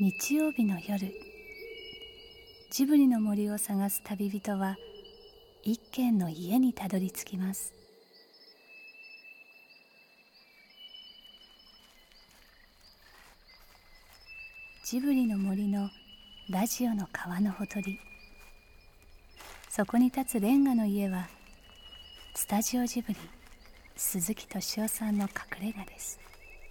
日曜日の夜、ジブリの森を探す旅人は一軒の家にたどり着きます。ジブリの森のラジオの川のほとり、そこに立つレンガの家はスタジオジブリ鈴木敏夫さんの隠れ家です。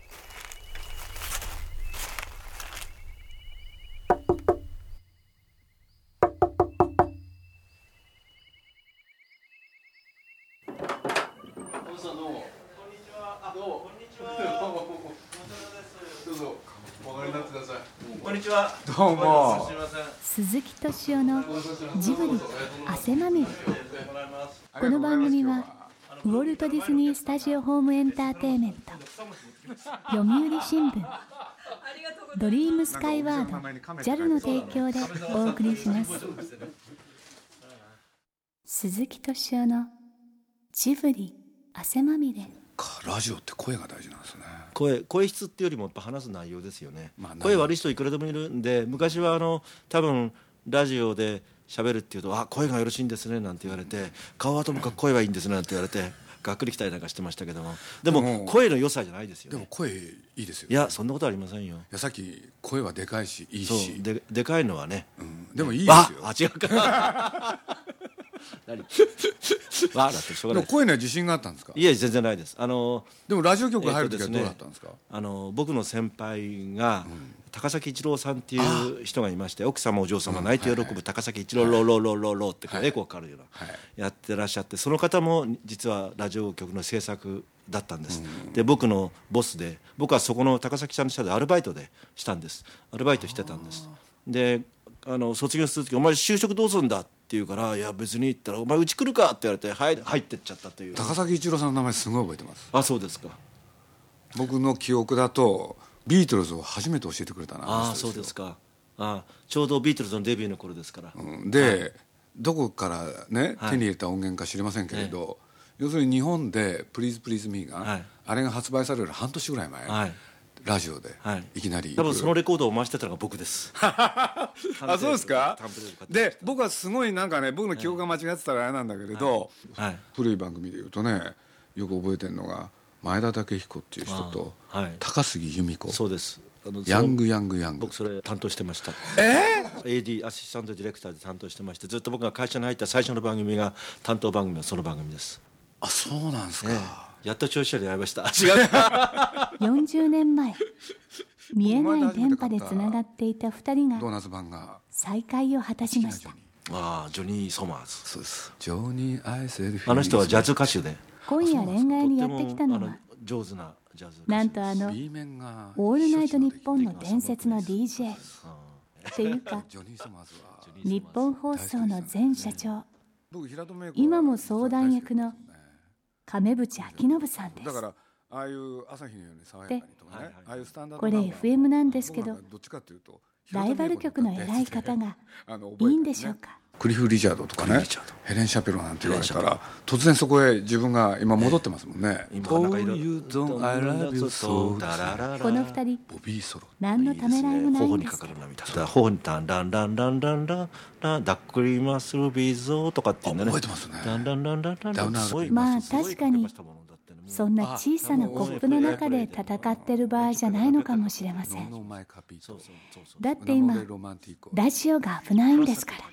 どうも。 鈴木敏夫のジブリ汗まみれ。この番組はウォルト・ディズニー・スタジオ・ホーム・エンターテイメント、読売新聞、ドリームスカイワード JAL の提供でお送りします。鈴木敏夫のジブリ汗まみれ。 ラジオって声が大事なんですね。 声質っていうよりもやっぱ話す内容ですよね。声悪い人いくらでもいるんで、昔は多分ラジオで喋るっていうと、声がよろしいんですねなんて言われて、顔はともかく声はいいんですねなんて言われてがっくりきたりなんかしてましたけども、でも声の良さじゃないですよね。 でも声いいですよね。 いや、そんなことありませんよ。いや、さっき声はでかいしいいし、 そうでかいのはね、 でもいいですよ。 違うか何だってしょうがないです。 声には自信があったんですか？ いや、全然ないです。でもラジオ局入る時はどうだったんですか？ 僕の先輩が、高崎一郎さんっていう人がいまして、奥様お嬢様泣いて喜ぶ高崎一郎ローローローローローってエコーかかるような、やってらっしゃって、その方も実はラジオ局の制作だったんです。で、僕のボスで、僕はそこの高崎さんの下でアルバイトでしたんです。アルバイトしてたんです。で、卒業する時、お前就職どうするんだって言うから、いや別に言ったら、お前うち来るかって言われて、入ってっちゃったという。 高崎一郎さんの名前すごい覚えてます。 あ、そうですか。 僕の記憶だとビートルズを初めて教えてくれたな。 そうですか。ちょうどビートルズのデビューの頃ですから。 で、どこからね、手に入れた音源か知りませんけれど、要するに日本で「プリーズプリーズミーが、あれが発売される半年ぐらい前、ラジオでいきなり、 多分そのレコードを回してたのが僕です。 そうですか。で、僕はすごいなんかね、僕の記憶が間違ってたらあれなんだけれど、古い番組でいうとね、よく覚えてるのが前田武彦っていう人と高杉由美子。 そうです。 ヤングヤングヤング。 僕それ担当してました。AD アシスタントディレクターで担当してまして、ずっと僕が会社に入った最初の番組が、担当番組はその番組です。 あ、そうなんですか。 やっと調子で会いました。違う。 40年前、見えない電波でつながっていた2人が再会を果たしました。 ジョニー・ソマーズ。 そうです。ジョニー・アイセルフィー。 あの人はジャズ歌手で、 今夜恋愛にやってきたのは、 上手なジャズ。 なんとオールナイトニッポンの伝説の DJ っていうか、日本放送の前社長、今も相談役の亀渕明信さんです。 だからああいう朝日のように爽やかにとかね、ああいうスタンダード、 これ FM なんですけど、ライバル局の偉い方がいいんでしょうか。 クリフ・リチャードとかね、ヘレン・シャペロなんて言われたら、突然そこへ自分が今戻ってますもんね。この2人何のためらいもないんですけど、 頬にタンランランランランランランダックリマスルビーゾーとかっていうね。 覚えてますね。 ランランランランラン。 まあ確かにそんな小さなコップの中で戦ってる場合じゃないのかもしれません。だって今ラジオが危ないんですから。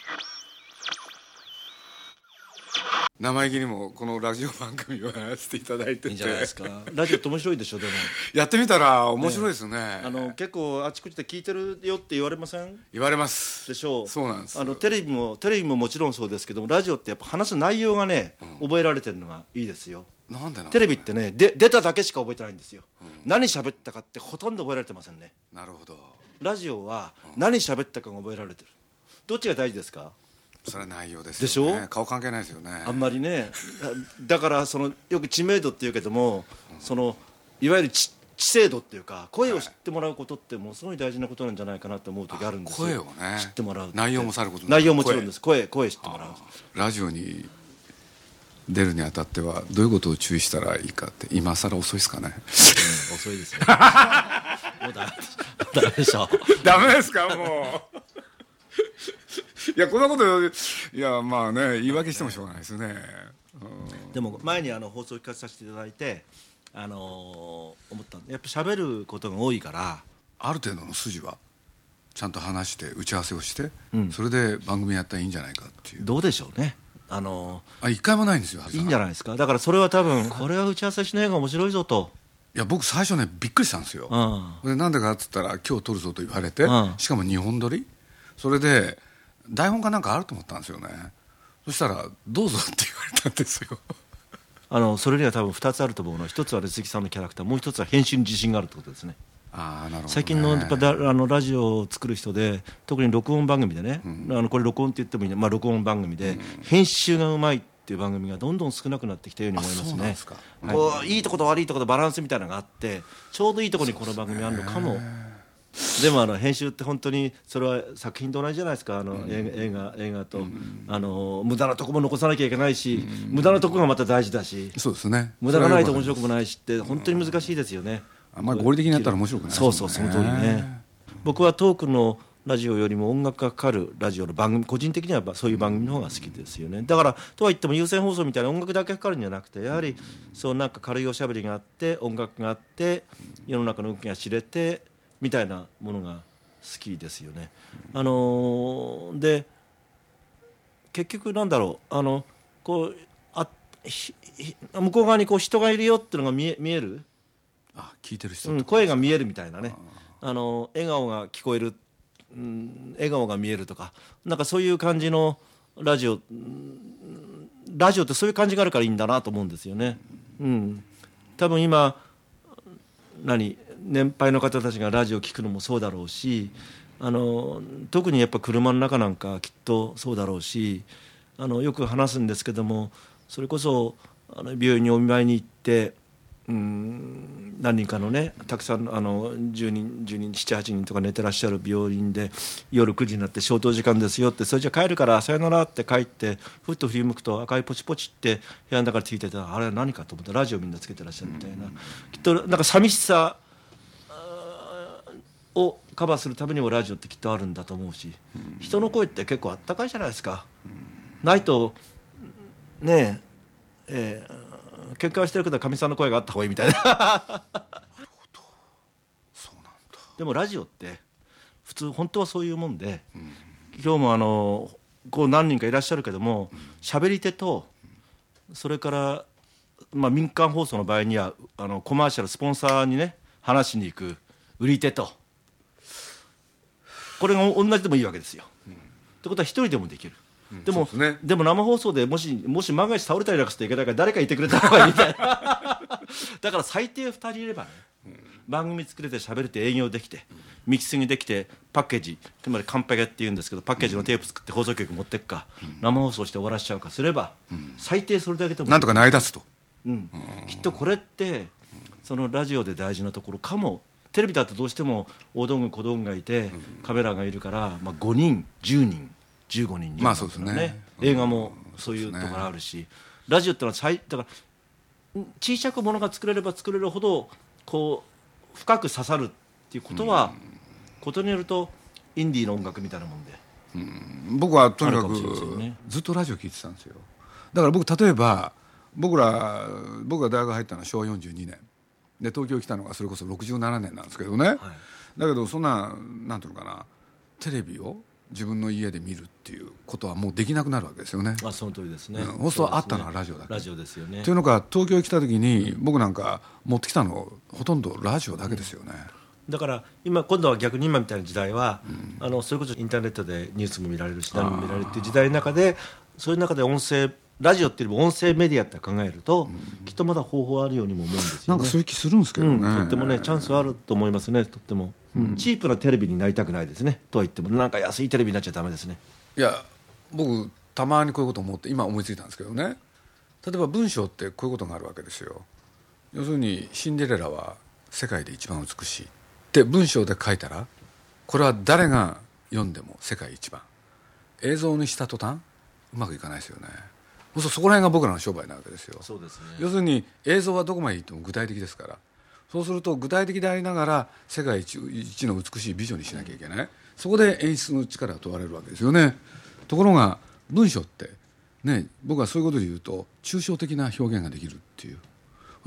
生意気にもこのラジオ番組をやらせていただいてて、 いいんじゃないですか。ラジオって面白いでしょ。でもやってみたら面白いですね。 結構あちこちで聞いてるよって言われません？ 言われますでしょう。 そうなんです。 テレビももちろんそうですけども、ラジオってやっぱ話す内容がね、覚えられてるのがいいですよ。 なんでテレビってね、出ただけしか覚えてないんですよ。何喋ったかってほとんど覚えられてませんね。 なるほど。 ラジオは何喋ったかが覚えられてる。どっちが大事ですか？ それは内容ですよね。でしょ。顔関係ないですよね。 あんまりね。だからよく知名度っていうけども、いわゆる知名度っていうか、声を知ってもらうことってもうすごい大事なことなんじゃないかなと思う時あるんですよ。 声をね、 知ってもらう。 内容もさること内容もちろんです。声知ってもらう。 ラジオに出るにあたってはどういうことを注意したらいいかって、今更遅いですかね。 遅いですよ。 もうダメでしょ。 ダメですかもう。いやこんなこといやまあね言い訳してもしょうがないですね。 でも前に放送を聞かさせていただいて思ったやっぱ喋ることが多いからある程度の筋はちゃんと話して打ち合わせをして、それで番組やったらいいんじゃないかっていう。 どうでしょうね。 一回もないんですよ。 いいんじゃないですか。だからそれは多分これは打ち合わせしない方が面白いぞと。 いや僕最初ねびっくりしたんですよ。でなんでかっつったら今日撮るぞと言われて、しかも2本撮り、それで台本かなんかあると思ったんですよね。そしたらどうぞって言われたんですよ。 それには多分2つあると思うのは、一つは鈴木さんのキャラクター、もう一つは編集に自信があるってことですね。 なるほどね。 最近のラジオを作る人で特に録音番組でね、これ録音って言ってもいいね、録音番組で編集がうまいっていう番組がどんどん少なくなってきたように思いますね。そうなんですか。いいとこと悪いとことバランスみたいなのがあってちょうどいいところにこの番組あるのかも。でも編集って本当にそれは作品と同じじゃないですか。映画と、無駄なとこも残さなきゃいけないし、無駄なとこがまた大事だし、 そうですね、 無駄がないと面白くもないしって本当に難しいですよね。 あんまり合理的にやったら面白くないですもんね。そうその通りね。僕はトークのラジオよりも音楽がかかるラジオの番組、個人的にはそういう番組の方が好きですよね。だからとは言っても有線放送みたいな音楽だけかかるんじゃなくて、やはりそうなんか軽いおしゃべりがあって音楽があって世の中の動きが知れてみたいなものが好きですよね。で結局なんだろう、こう向こう側にこう人がいるよっていうのが見える、 聞いてる人、 声が見えるみたいなね、笑顔が聞こえる、笑顔が見えるとか、なんかそういう感じのラジオってそういう感じがあるからいいんだなと思うんですよね。多分今年配の方たちがラジオ聞くのもそうだろうし、特にやっぱ車の中なんかきっとそうだろうし、よく話すんですけども、それこそ病院にお見舞いに行って何人かのね、たくさん10人7、8人とか寝てらっしゃる病院で夜9時になって消灯時間ですよって、それじゃ帰るからさよならって帰ってふっと振り向くと赤いポチポチって部屋の中でついてたら、あれは何かと思ってラジオみんなつけてらっしゃるみたいな、きっとなんか寂しさをカバーするためにもラジオってきっとあるんだと思うし、人の声って結構あったかいじゃないですか。ないとね喧嘩はしてるけどかみさんの声があった方がいいみたいなそうなんだ。 でもラジオって普通本当はそういうもんで、今日もこう何人かいらっしゃるけども、喋り手とそれから、民間放送の場合にはコマーシャルスポンサーにね話しに行く売り手と、これが同じでもいいわけですよ。ってことは一人でもできる。でも生放送でもし万が一倒れたりなんかしていけないから誰かいてくれた方がいいみたいなだから最低2人いればね、番組作れて喋れて営業できてミキシングできてパッケージ、つまりカンペゲっていうんですけど、パッケージのテープ作って放送局持っていくか、生放送して終わらしちゃうかすれば、最低それだけでもなんとか成り立つと、 きっとこれってそのラジオで大事なところかも。テレビだとどうしても大道具小道具がいてカメラがいるから、5人10人15人に、 そうですね、 映画もそういうところあるし、ラジオってのはだから小さくものが作れれば作れるほどこう深く刺さるっていうことは、ことによるとインディーの音楽みたいなもんで、 僕はとにかくずっとラジオ聞いてたんですよ。だから僕例えば僕が大学入ったのは昭和42年で、東京来たのがそれこそ67年なんですけどね、だけどそんなんていうのかな、テレビを自分の家で見るっていうことはもうできなくなるわけですよね。 その通りですね。 放送あったのはラジオだけ。 ラジオですよね。 というのが東京に来た時に僕なんか持ってきたのほとんどラジオだけですよね。 だから今度は逆に今みたいな時代は、それこそインターネットでニュースも見られるし何も見られるっていう時代の中で、そういう中で音声ラジオっていうよりも音声メディアって考えると、きっとまだ方法あるようにも思うんですよね。 なんかそういう気するんですけどね、 とってもねチャンスはあると思いますね。とっても、チープなテレビになりたくないですね。とは言ってもなんか安いテレビになっちゃダメですね。 いや僕たまにこういうこと思って今思いついたんですけどね、例えば文章ってこういうことがあるわけですよ。要するにシンデレラは世界で一番美しいって文章で書いたら、これは誰が読んでも世界一番。映像にした途端うまくいかないですよね。そこら辺が僕らの商売なわけですよ。 そうですね。 要するに映像はどこまでいっても具体的ですから、 そうすると具体的でありながら世界一の美しい美女にしなきゃいけない。そこで演出の力が問われるわけですよね。ところが文章ってね、僕はそういうことで言うと抽象的な表現ができるっていう、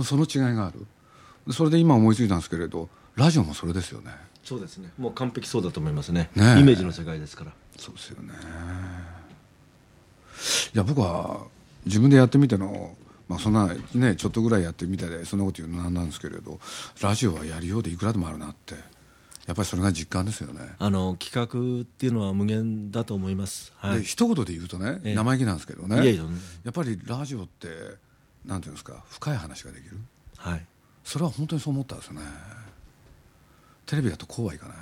その違いがある。それで今思いついたんですけれど、ラジオもそれですよね。 そうですね、もう完璧そうだと思いますね。イメージの世界ですから。 そうですよね。いや僕は自分でやってみての、そんなねちょっとぐらいやってみてでそんなこと言うのなんですけれど、ラジオはやりようでいくらでもあるなって、やっぱりそれが実感ですよね。 企画っていうのは無限だと思います。はい、 で一言で言うとね、生意気なんですけどね、やっぱりラジオってなんていうんですか、深い話ができる。 はい、 それは本当にそう思ったんですよね。テレビだとこうはいかない。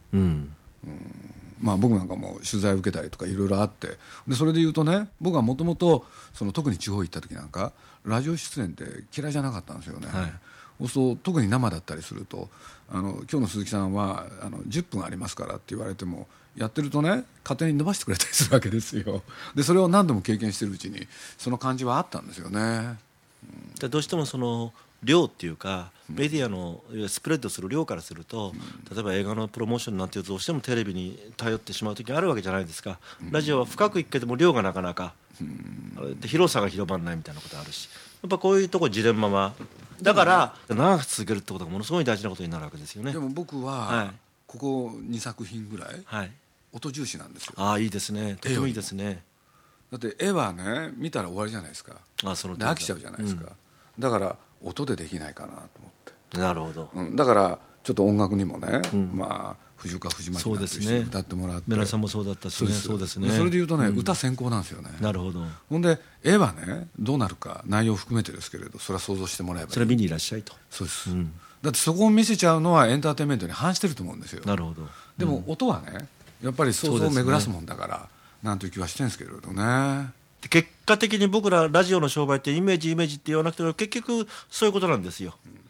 僕なんかも取材を受けたりとかいろいろあって、でそれで言うとね、僕はもともと特に地方行った時なんかラジオ出演って嫌いじゃなかったんですよね。そうすると特に生だったりすると今日の鈴木さんは10分ありますからって言われても、やってるとね勝手に伸ばしてくれたりするわけですよ。でそれを何度も経験してるうちにその感じはあったんですよね。 どうしてもその量っていうかメディアのスプレッドする量からすると、例えば映画のプロモーションなんていうとどうしてもテレビに頼ってしまう時があるわけじゃないですか。ラジオは深くいくけども量がなかなか広さが広まらないみたいなことあるし、やっぱこういうとこジレンマはだから長く続けるってことがものすごい大事なことになるわけですよね。 でも僕はここ2作品ぐらい音重視なんですよ。 ああいいですね、とてもいいですね。 だって絵はね見たら終わりじゃないですか。で飽きちゃうじゃないですか。だから音でできないかなと思って。 なるほど。 だからちょっと音楽にもね、藤岡藤巻なんていう人に歌ってもらって、 メラさんもそうだったしね。そうですね。 それでいうとね、歌先行なんですよね。 なるほど。 ほんで絵はねどうなるか内容含めてですけれど、それは想像してもらえばいい。 それは見にいらっしゃいと。 そうです、だってそこを見せちゃうのはエンターテインメントに反してると思うんですよ。 なるほど。 でも音はねやっぱり想像を巡らすもんだから、なんという気はしてるんですけれどね。 結果的に僕らラジオの商売ってイメージって言わなくても結局そういうことなんですよ。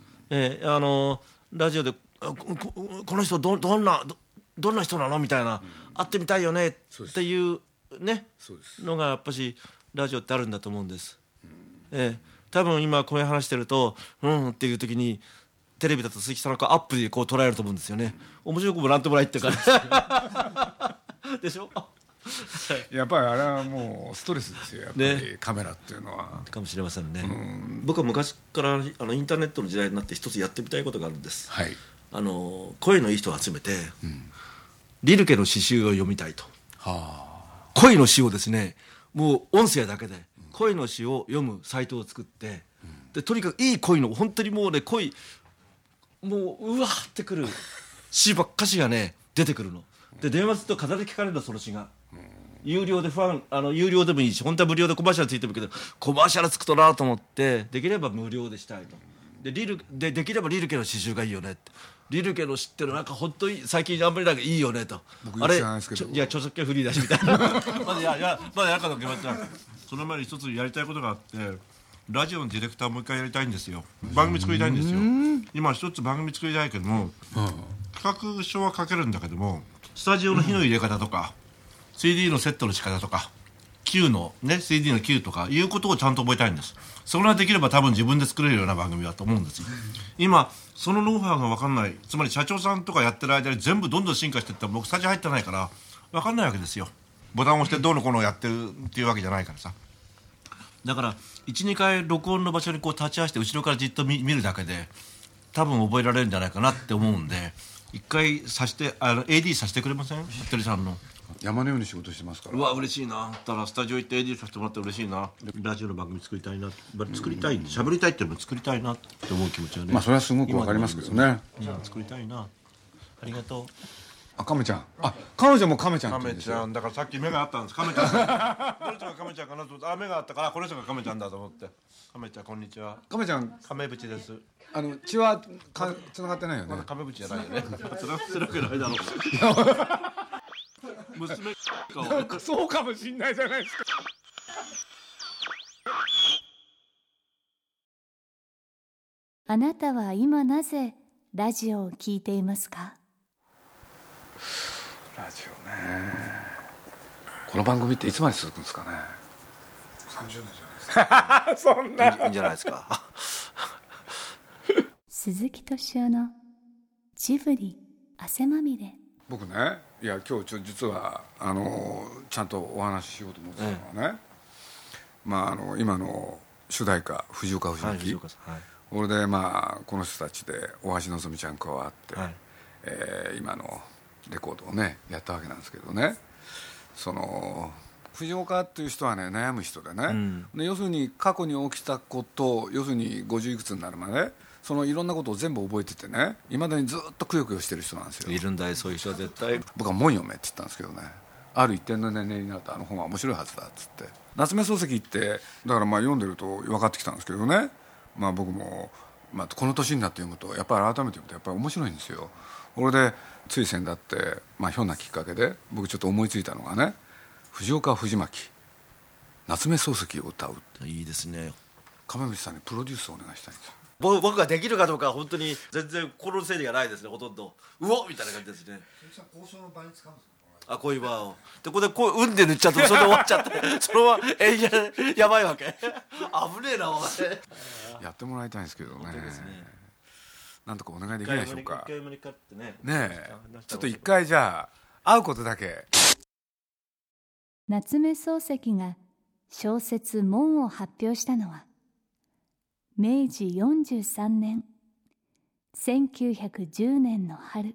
ラジオでこの人どんな人なのみたいな、会ってみたいよねっていうねのがやっぱしラジオってあるんだと思うんです。多分今こういう話してるとっていう時にテレビだと鈴木さんのアップでこう捉えると思うんですよね。面白くもなんともないって感じでしょ。 やっぱりあれはもうストレスですよ、やっぱりカメラっていうのは。 かもしれませんね。僕は昔からインターネットの時代になって一つやってみたいことがあるんです。声のいい人を集めて、リルケの詩集を読みたいと。声の詩をですね、もう音声だけで声の詩を読むサイトを作って、でとにかくいい声の本当にもうねもううわーってくる詩ばっかしがね出てくるので、電話すると飾り聞かれるの、その詩が。有料で有料でもいいし、本当は無料でコマーシャルついてるけど、コマーシャルつくとなと思って、できれば無料でしたいと。できればリルケの詩集がいいよねって。リルケの詩ってのなんか本当に最近あんまりなんかいいよねと。 僕知らないですけど、 いや著作権フリーだしみたいなまだやるかと決まった。その前に一つやりたいことがあって、ラジオのディレクターをもう一回やりたいんですよ。番組作りたいんですよ。今一つ番組作りたいけども、企画書は書けるんだけども、スタジオの火の入れ方とか、CD のセットの仕方とか、Q のね CD の Q とかいうことをちゃんと覚えたいんです。それができれば多分自分で作れるような番組だと思うんですよ。今そのノウハウが分かんない、つまり社長さんとかやってる間に全部どんどん進化していったら、僕スタジオ入ってないから分かんないわけですよ。ボタンを押してどうのこうのやってるっていうわけじゃないからさ。だから 1,2 回録音の場所にこう立ち会わせて後ろからじっと見るだけで多分覚えられるんじゃないかなって思うんで、一回さしてAD させてくれません？服部さんの山のように仕事してますから。 うわ嬉しいな。だからスタジオ行って AD させてもらって嬉しいな。ラジオの番組作りたいな、作りたい、喋りたいっていうのも作りたいなって思う気持ちはね。 それはすごくわかりますけどね。 作りたいな。ありがとう。 亀ちゃん。彼女も亀ちゃんって言うんですよ。 亀ちゃんだからさっき目があったんです。亀ちゃんどれとが亀ちゃんかなと思って、目があったからこの人が亀ちゃんだと思って。亀ちゃんこんにちは。亀ちゃん亀淵です。 血はつながってないよね。 亀淵じゃないよね。つながってるわけないだろう。娘かそうかもしんないじゃないですか。 あなたは今なぜラジオを聞いていますか？ ラジオね。この番組っていつまで続くんですかね。 30年じゃないですか。 そんないいんじゃないですか。 鈴木敏夫のジブリ汗まみれ。 僕ね、いや今日実はちゃんとお話ししようと思ってたのはね、今の主題歌藤岡藤巻、はい、俺でこの人たちで大橋のぞみちゃん加わって、はい、今のレコードをねやったわけなんですけどね、その藤岡っていう人はね悩む人でね、で要するに過去に起きたことを要するに50いくつになるまでそのいろんなことを全部覚えててね、いまだにずっとくよくよしてる人なんですよ。 いるんだよそういう人は絶対。 僕は門読めって言ったんですけどね、ある一定の年齢になるとあの本は面白いはずだっつって、夏目漱石ってだから読んでると分かってきたんですけどね、僕も、この年になって読むとやっぱり改めて読むとやっぱり面白いんですよ。これでつい先だって、ひょんなきっかけで僕ちょっと思いついたのがね、藤岡藤巻夏目漱石を歌う。 いいですね。 亀渕さんにプロデュースをお願いしたいんですよ。 僕ができるかどうかは本当に全然心の整理がないですね。ほとんどうおっみたいな感じですね。 交渉の場に使うんですか。こういう場をでこれでこうで塗っちゃうとそれで終わっちゃってそれはやばいわけ。危ねえなお前。 やってもらいたいんですけどね。 ですね。 なんとかお願いできないでしょうか。 一回無理かってね。 ねえ、ちょっと一回じゃあ会うことだけ。 夏目漱石が小説門を発表したのは明治43年1910年の春。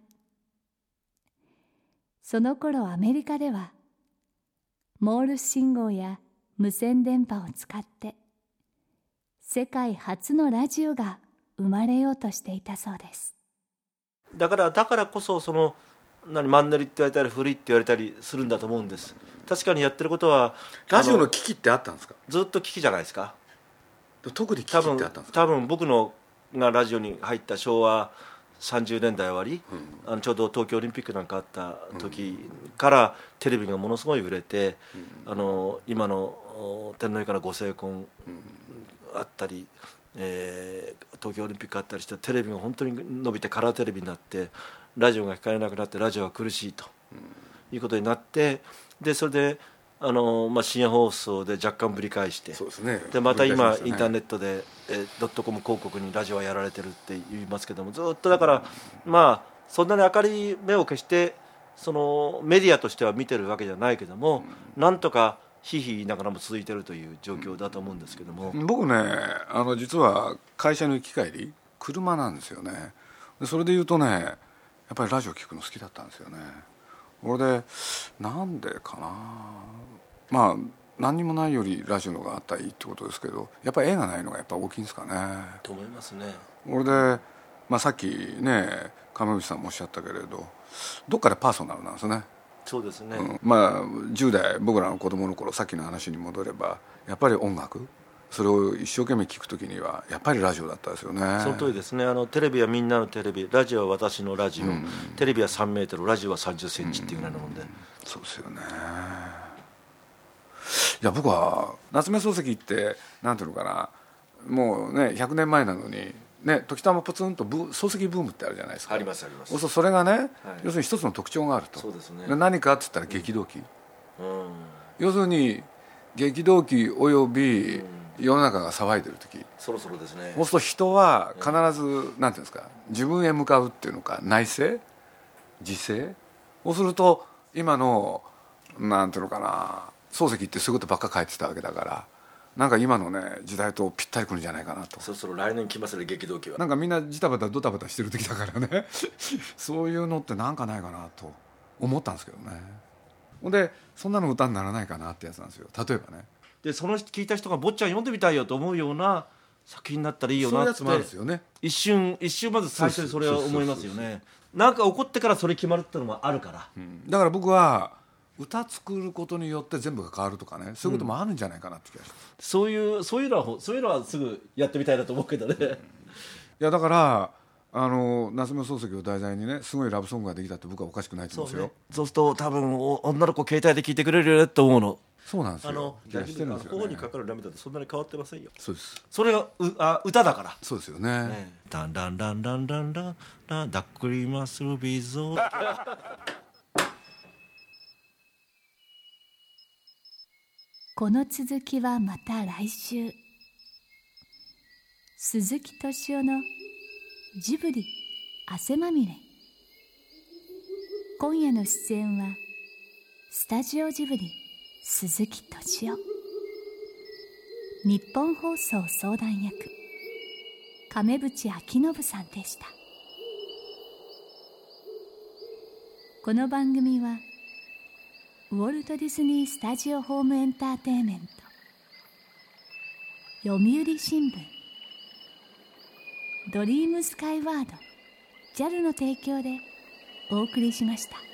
その頃アメリカではモールス信号や無線電波を使って世界初のラジオが生まれようとしていたそうです。 だからこそそのマンネリって言われたり古いって言われたりするんだと思うんです。確かにやってることはラジオの機器ってあったんですか。 ずっと機器じゃないですか。 特に機器ってあったんですか。 多分僕のがラジオに入った昭和30年代終わり、ちょうど東京オリンピックなんかあった時からテレビがものすごい売れて、今の天皇陛下のご成婚あったり、東京オリンピックあったりしてテレビが本当に伸びてカラーテレビになってラジオが聞かれなくなってラジオは苦しいということになって、でそれで深夜放送で若干ぶり返して、 そうですね、 でまた今インターネットでドットコム広告にラジオはやられてるって言いますけども、ずっとだからそんなに明るい目を消してそのメディアとしては見てるわけじゃないけども、なんとかひいひい言いながらも続いてるという状況だと思うんですけども、 僕ね実は会社の行き帰り車なんですよね。でそれで言うとねやっぱりラジオ聞くの好きだったんですよね。これでなんでかな、何にもないよりラジオのがあったらいいってことですけど、やっぱり絵がないのがやっぱ大きいんですかね。 と思いますね。 これで、さっきね亀渕さんもおっしゃったけれどどっかでパーソナルなんですね。 そうですね、 10代僕らの子供の頃さっきの話に戻ればやっぱり音楽それを一生懸命聞くときにはやっぱりラジオだったですよね。 その通りですね。テレビはみんなのテレビ、ラジオは私のラジオ、テレビは3メートル、ラジオは30センチっていうぐらいなもんで、 そうですよね。いや僕は夏目漱石ってなんていうのかな、もうね100年前なのにね、時たまポツンと漱石ブームってあるじゃないですか。 ありますあります。 それがね、要するに一つの特徴があると。 そうですね。 何かって言ったら激動期、要するに激動期および世の中が騒いでる時、 そろそろですね。 そうすると人は必ずなんていうんですか、自分へ向かうっていうのか、内省自省、そうすると今のなんていうのかな、漱石ってそういうことばっか書いてたわけだから、なんか今のね時代とぴったりくるんじゃないかなと。 そろそろ来年来ますね、激動期は。 なんかみんなジタバタドタバタしてる時だからねそういうのってなんかないかなと思ったんですけどね。ほんでそんなの歌にならないかなってやつなんですよ。例えばね、 でその聞いた人が坊ちゃん読んでみたいよと思うような作品になったらいいよなって、 そういうやつもあるんですよね。 一瞬まず最初にそれは思いますよね。なんか起こってからそれ決まるってのもあるから、 だから僕は歌作ることによって全部が変わるとかね、そういうこともあるんじゃないかなって気がします、 そういうのはすぐやってみたいなと思うけどね、 いやだから夏目漱石を題材にねすごいラブソングができたって僕はおかしくないと思うんですよ。 そうすると多分女の子携帯で聞いてくれるよねって思うの。 そうなんですよ。 頬にかかる涙ってそんなに変わってませんよ。 そうです。 それが歌だから。 そうですよね。 ダンダンダンダンダンダンダンダックリマスルビゾーこの続きはまた来週。鈴木敏夫のジブリ汗まみれ。今夜の出演はスタジオジブリ鈴木敏夫、日本放送相談役亀渕明信さんでした。この番組はウォルト・ディズニー・スタジオ・ホーム・エンターテインメント、読売新聞、ドリームスカイワード JAL の提供でお送りしました。